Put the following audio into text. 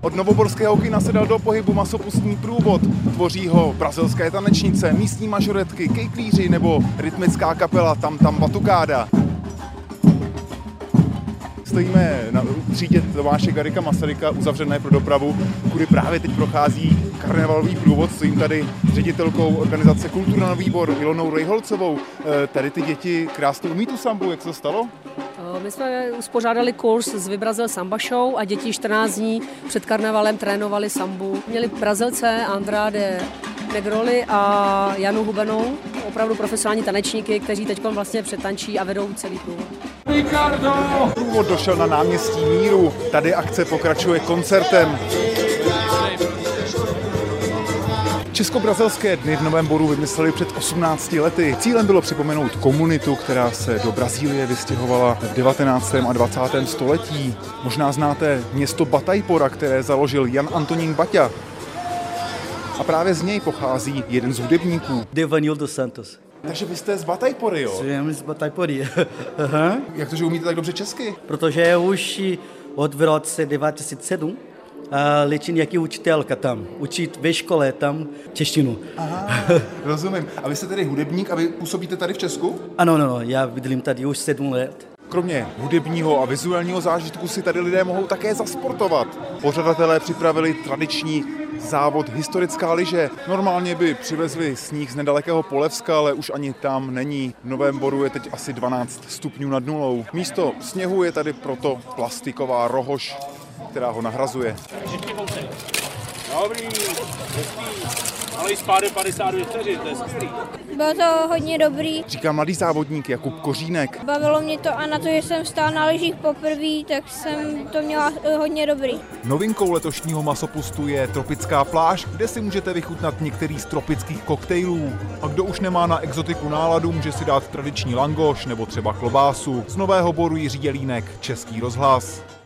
Od novoborského kina se dal do pohybu masopustní průvod. Tvoří ho brazilské tanečnice, místní mažoretky, kejklíři nebo rytmická kapela Tam Tam Batucada. Stojíme na třídě Tomáše Garrigua Masaryka, uzavřené pro dopravu, kudy právě teď prochází karnevalový průvod. Stojím tady s ředitelkou organizace Kultura na výbor Ilonou Rejholcovou. Tady ty děti krásně umí tu sambu, jak se to stalo? My jsme uspořádali kurz z Vybrazil Samba Show a děti 14 dní před karnevalem trénovali sambu. Měli Brazilce Andrade Negroli a Janu Hubenou, opravdu profesionální tanečníky, kteří teď vlastně přetančí a vedou celý průvod. Ricardo! Průvod došel na náměstí Míru, tady akce pokračuje koncertem. Česko-brazilské dny v Novém Boru vymysleli před 18 lety. Cílem bylo připomenout komunitu, která se do Brazílie vystěhovala v 19. a 20. století. Možná znáte město Bataipora, které založil Jan Antonín Baťa. A právě z něj pochází jeden z hudebníků. Devanildo Santos. Takže vy jste z Bataipory, jo? Jsem z Bataipory. Jak to, že umíte tak dobře česky? Protože už od v roce 2007 letí nějaký učitelka tam, učit ve škole tam češtinu. Aha, rozumím. A vy jste tedy hudebník a vy působíte tady v Česku? Ano, já bydlím tady už 7 let. Kromě hudebního a vizuálního zážitku si tady lidé mohou také zasportovat. Pořadatelé připravili tradiční závod historická lyže. Normálně by přivezli sníh z nedalekého Polevska, ale už ani tam není. V Novém Boru je teď asi 12 stupňů nad nulou. Místo sněhu je tady proto plastiková rohož, která ho nahrazuje. Dobrý, ale i spádem 52 vteřin, to je skvělý. Bylo to hodně dobrý. Říká mladý závodník Jakub Kořínek. Bavilo mě to a na to, že jsem stál na lyžích poprvé, tak jsem to měla hodně dobrý. Novinkou letošního masopustu je tropická pláž, kde si můžete vychutnat některý z tropických koktejlů. A kdo už nemá na exotiku náladu, může si dát tradiční langoš nebo třeba klobásu. Z Nového Boru Jiří Jelínek, Český rozhlas.